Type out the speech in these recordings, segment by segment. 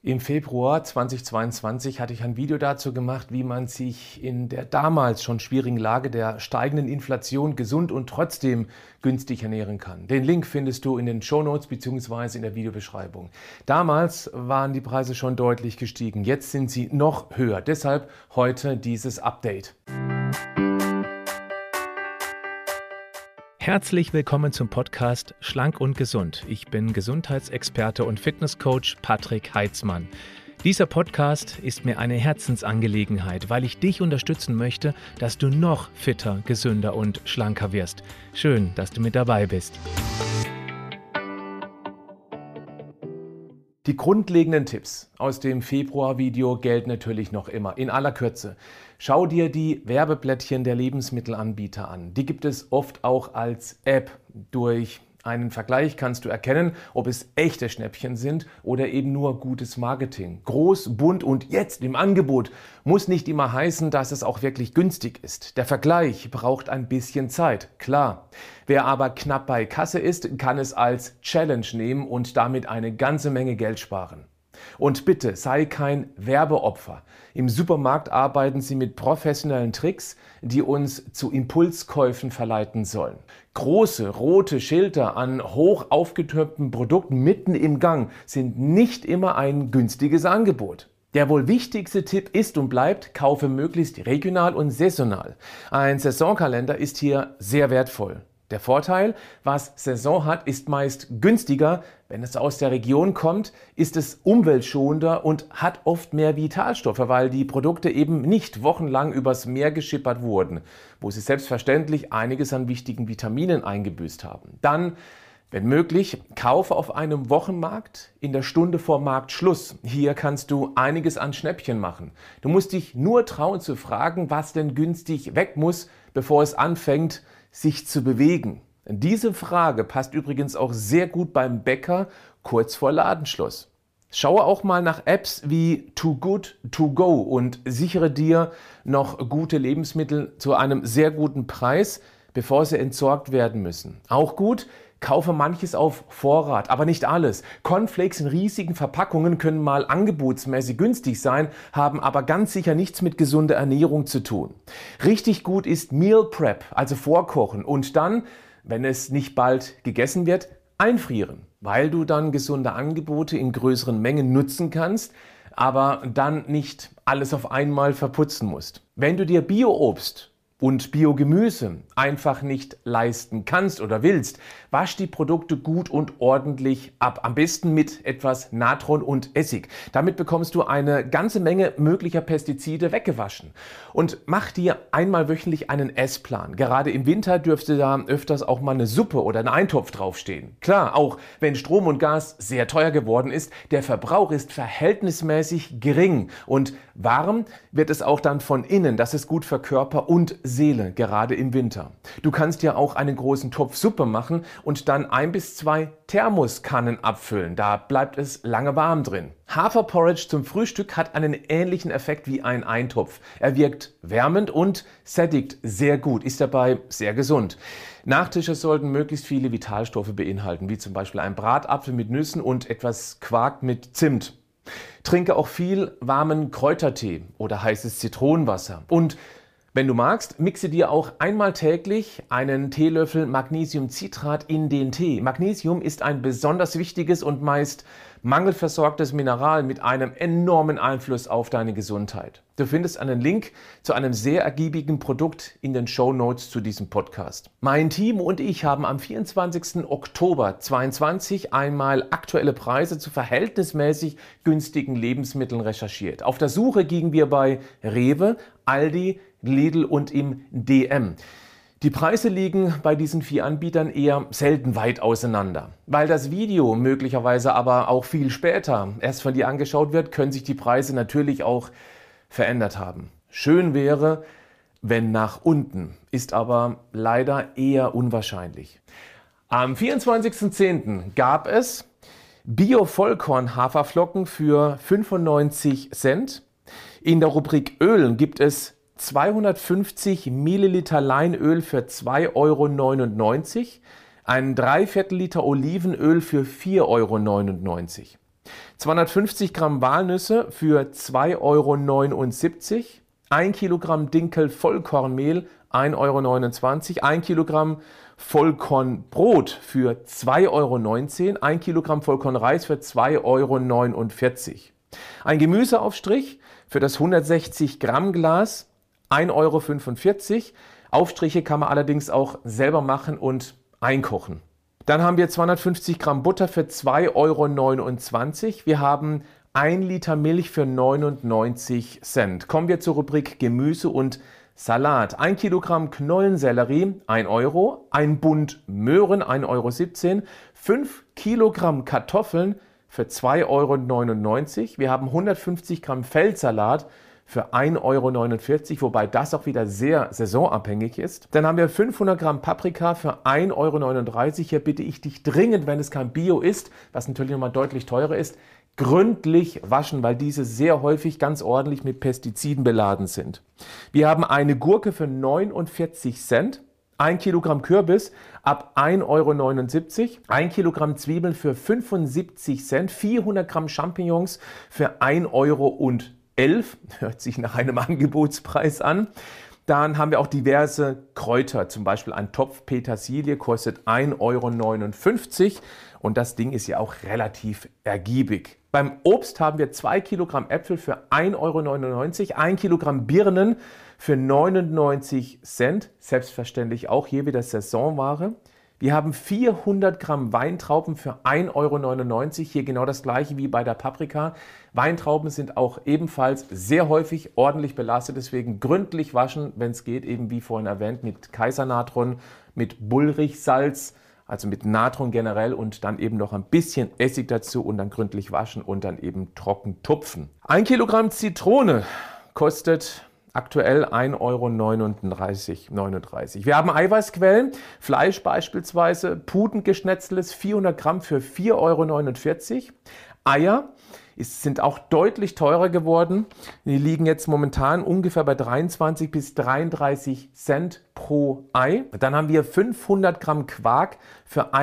Im Februar 2022 hatte ich ein Video dazu gemacht, wie man sich in der damals schon schwierigen Lage der steigenden Inflation gesund und trotzdem günstig ernähren kann. Den Link findest du in den Shownotes bzw. in der Videobeschreibung. Damals waren die Preise schon deutlich gestiegen, jetzt sind sie noch höher. Deshalb heute dieses Update. Herzlich willkommen zum Podcast Schlank und Gesund. Ich bin Gesundheitsexperte und Fitnesscoach Patrick Heitzmann. Dieser Podcast ist mir eine Herzensangelegenheit, weil ich dich unterstützen möchte, dass du noch fitter, gesünder und schlanker wirst. Schön, dass du mit dabei bist. Die grundlegenden Tipps aus dem Februar-Video gelten natürlich noch immer. In aller Kürze. Schau dir die Werbeblättchen der Lebensmittelanbieter an. Die gibt es oft auch als App. Durch einen Vergleich kannst du erkennen, ob es echte Schnäppchen sind oder eben nur gutes Marketing. Groß, bunt und jetzt im Angebot muss nicht immer heißen, dass es auch wirklich günstig ist. Der Vergleich braucht ein bisschen Zeit, klar. Wer aber knapp bei Kasse ist, kann es als Challenge nehmen und damit eine ganze Menge Geld sparen. Und bitte, sei kein Werbeopfer. Im Supermarkt arbeiten sie mit professionellen Tricks, die uns zu Impulskäufen verleiten sollen. Große rote Schilder an hoch aufgetürmten Produkten mitten im Gang sind nicht immer ein günstiges Angebot. Der wohl wichtigste Tipp ist und bleibt, kaufe möglichst regional und saisonal. Ein Saisonkalender ist hier sehr wertvoll. Der Vorteil, was Saison hat, ist meist günstiger. Wenn es aus der Region kommt, ist es umweltschonender und hat oft mehr Vitalstoffe, weil die Produkte eben nicht wochenlang übers Meer geschippert wurden, wo sie selbstverständlich einiges an wichtigen Vitaminen eingebüßt haben. Dann, wenn möglich, kaufe auf einem Wochenmarkt in der Stunde vor Marktschluss. Hier kannst du einiges an Schnäppchen machen. Du musst dich nur trauen zu fragen, was denn günstig weg muss, bevor es anfängt, sich zu bewegen. Diese Frage passt übrigens auch sehr gut beim Bäcker kurz vor Ladenschluss. Schaue auch mal nach Apps wie Too Good To Go und sichere dir noch gute Lebensmittel zu einem sehr guten Preis, bevor sie entsorgt werden müssen. Auch gut, kaufe manches auf Vorrat, aber nicht alles. Cornflakes in riesigen Verpackungen können mal angebotsmäßig günstig sein, haben aber ganz sicher nichts mit gesunder Ernährung zu tun. Richtig gut ist Meal Prep, also vorkochen und dann, wenn es nicht bald gegessen wird, einfrieren, weil du dann gesunde Angebote in größeren Mengen nutzen kannst, aber dann nicht alles auf einmal verputzen musst. Wenn du dir Bio-Obst und Biogemüse einfach nicht leisten kannst oder willst, wasch die Produkte gut und ordentlich ab. Am besten mit etwas Natron und Essig. Damit bekommst du eine ganze Menge möglicher Pestizide weggewaschen. Und mach dir einmal wöchentlich einen Essplan. Gerade im Winter dürfte da öfters auch mal eine Suppe oder ein Eintopf draufstehen. Klar, auch wenn Strom und Gas sehr teuer geworden ist, der Verbrauch ist verhältnismäßig gering. Und warm wird es auch dann von innen. Das ist gut für Körper und Seele, gerade im Winter. Du kannst ja auch einen großen Topf Suppe machen und dann 1 bis 2 Thermoskannen abfüllen. Da bleibt es lange warm drin. Haferporridge zum Frühstück hat einen ähnlichen Effekt wie ein Eintopf. Er wirkt wärmend und sättigt sehr gut, ist dabei sehr gesund. Nachtische sollten möglichst viele Vitalstoffe beinhalten, wie zum Beispiel ein Bratapfel mit Nüssen und etwas Quark mit Zimt. Trinke auch viel warmen Kräutertee oder heißes Zitronenwasser. Und wenn du magst, mixe dir auch einmal täglich einen Teelöffel Magnesiumcitrat in den Tee. Magnesium ist ein besonders wichtiges und meist mangelversorgtes Mineral mit einem enormen Einfluss auf deine Gesundheit. Du findest einen Link zu einem sehr ergiebigen Produkt in den Shownotes zu diesem Podcast. Mein Team und ich haben am 24. Oktober 2022 einmal aktuelle Preise zu verhältnismäßig günstigen Lebensmitteln recherchiert. Auf der Suche gingen wir bei Rewe, Aldi, Lidl und im DM. Die Preise liegen bei diesen 4 Anbietern eher selten weit auseinander. Weil das Video möglicherweise aber auch viel später erst von dir angeschaut wird, können sich die Preise natürlich auch verändert haben. Schön wäre, wenn nach unten, ist aber leider eher unwahrscheinlich. Am 24.10. gab es Bio-Vollkorn-Haferflocken für 95 Cent. In der Rubrik Ölen gibt es 250 Milliliter Leinöl für 2,99 €, ein 3/4 Liter Olivenöl für 4,99 €. 250 Gramm Walnüsse für 2,79 €. 1 Kilogramm Dinkel Vollkornmehl 1,29 €. 1 Kilogramm Vollkornbrot für 2,19 €. 1 Kilogramm Vollkornreis für 2,49 €. Ein Gemüseaufstrich für das 160 Gramm Glas 1,45 €. Aufstriche kann man allerdings auch selber machen und einkochen. Dann haben wir 250 Gramm Butter für 2,29 €. Wir haben 1 Liter Milch für 99 Cent. Kommen wir zur Rubrik Gemüse und Salat. 1 Kilogramm Knollensellerie 1 €. Ein Bund Möhren 1,17 €. 5 Kilogramm Kartoffeln für 2,99 €. Wir haben 150 Gramm Feldsalat für 1,49 €, wobei das auch wieder sehr saisonabhängig ist. Dann haben wir 500 Gramm Paprika für 1,39 €. Hier bitte ich dich dringend, wenn es kein Bio ist, was natürlich nochmal deutlich teurer ist, gründlich waschen, weil diese sehr häufig ganz ordentlich mit Pestiziden beladen sind. Wir haben eine Gurke für 49 Cent. 1 Kilogramm Kürbis ab 1,79 €. 1 Kilogramm Zwiebeln für 75 Cent. 400 Gramm Champignons für 1,11 €. Hört sich nach einem Angebotspreis an. Dann haben wir auch diverse Kräuter, zum Beispiel ein Topf Petersilie kostet 1,59 € und das Ding ist ja auch relativ ergiebig. Beim Obst haben wir 2 Kilogramm Äpfel für 1,99 €, 1 Kilogramm Birnen für 99 Cent, selbstverständlich auch hier wieder Saisonware. Wir haben 400 Gramm Weintrauben für 1,99 €, hier genau das gleiche wie bei der Paprika. Weintrauben sind auch ebenfalls sehr häufig ordentlich belastet, deswegen gründlich waschen, wenn es geht, eben wie vorhin erwähnt, mit Kaisernatron, mit Bullrichsalz, also mit Natron generell und dann eben noch ein bisschen Essig dazu und dann gründlich waschen und dann eben trocken tupfen. 1 Kilogramm Zitrone kostet aktuell 1,39 €. Wir haben Eiweißquellen, Fleisch beispielsweise, Putengeschnetzeltes 400 Gramm für 4,49 €. Eier sind auch deutlich teurer geworden. Die liegen jetzt momentan ungefähr bei 23 bis 33 Cent pro Ei. Dann haben wir 500 Gramm Quark für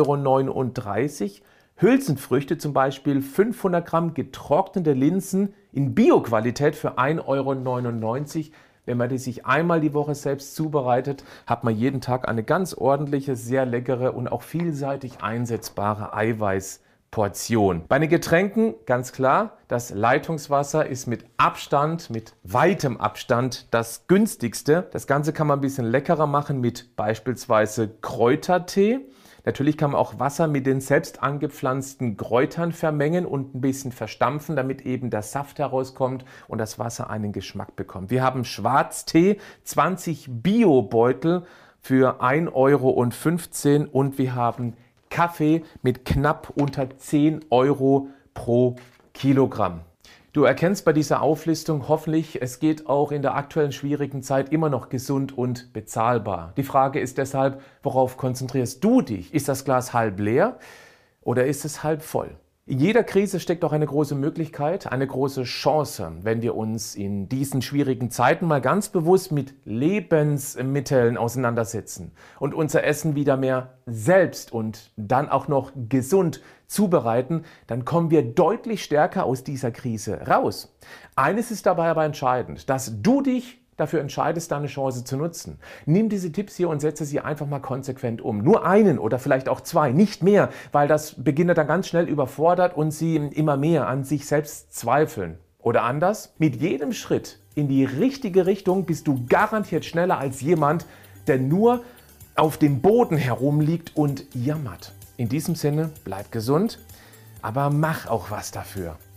1,39 €. Hülsenfrüchte zum Beispiel 500 Gramm getrocknete Linsen in Bio-Qualität für 1,99 €. Wenn man die sich einmal die Woche selbst zubereitet, hat man jeden Tag eine ganz ordentliche, sehr leckere und auch vielseitig einsetzbare Eiweißportion. Bei den Getränken ganz klar, das Leitungswasser ist mit Abstand, mit weitem Abstand das günstigste. Das Ganze kann man ein bisschen leckerer machen mit beispielsweise Kräutertee. Natürlich kann man auch Wasser mit den selbst angepflanzten Kräutern vermengen und ein bisschen verstampfen, damit eben der Saft herauskommt und das Wasser einen Geschmack bekommt. Wir haben Schwarztee, 20 Bio-Beutel für 1,15 € und wir haben Kaffee mit knapp unter 10 € pro Kilogramm. Du erkennst bei dieser Auflistung hoffentlich, es geht auch in der aktuellen schwierigen Zeit immer noch gesund und bezahlbar. Die Frage ist deshalb, worauf konzentrierst du dich? Ist das Glas halb leer oder ist es halb voll? In jeder Krise steckt auch eine große Möglichkeit, eine große Chance, wenn wir uns in diesen schwierigen Zeiten mal ganz bewusst mit Lebensmitteln auseinandersetzen und unser Essen wieder mehr selbst und dann auch noch gesund zubereiten, dann kommen wir deutlich stärker aus dieser Krise raus. Eines ist dabei aber entscheidend, dass du dich dafür entscheidest, deine Chance zu nutzen. Nimm diese Tipps hier und setze sie einfach mal konsequent um. Nur einen oder vielleicht auch zwei, nicht mehr, weil das Beginner dann ganz schnell überfordert und sie immer mehr an sich selbst zweifeln. Oder anders, mit jedem Schritt in die richtige Richtung bist du garantiert schneller als jemand, der nur auf dem Boden herumliegt und jammert. In diesem Sinne, bleib gesund, aber mach auch was dafür.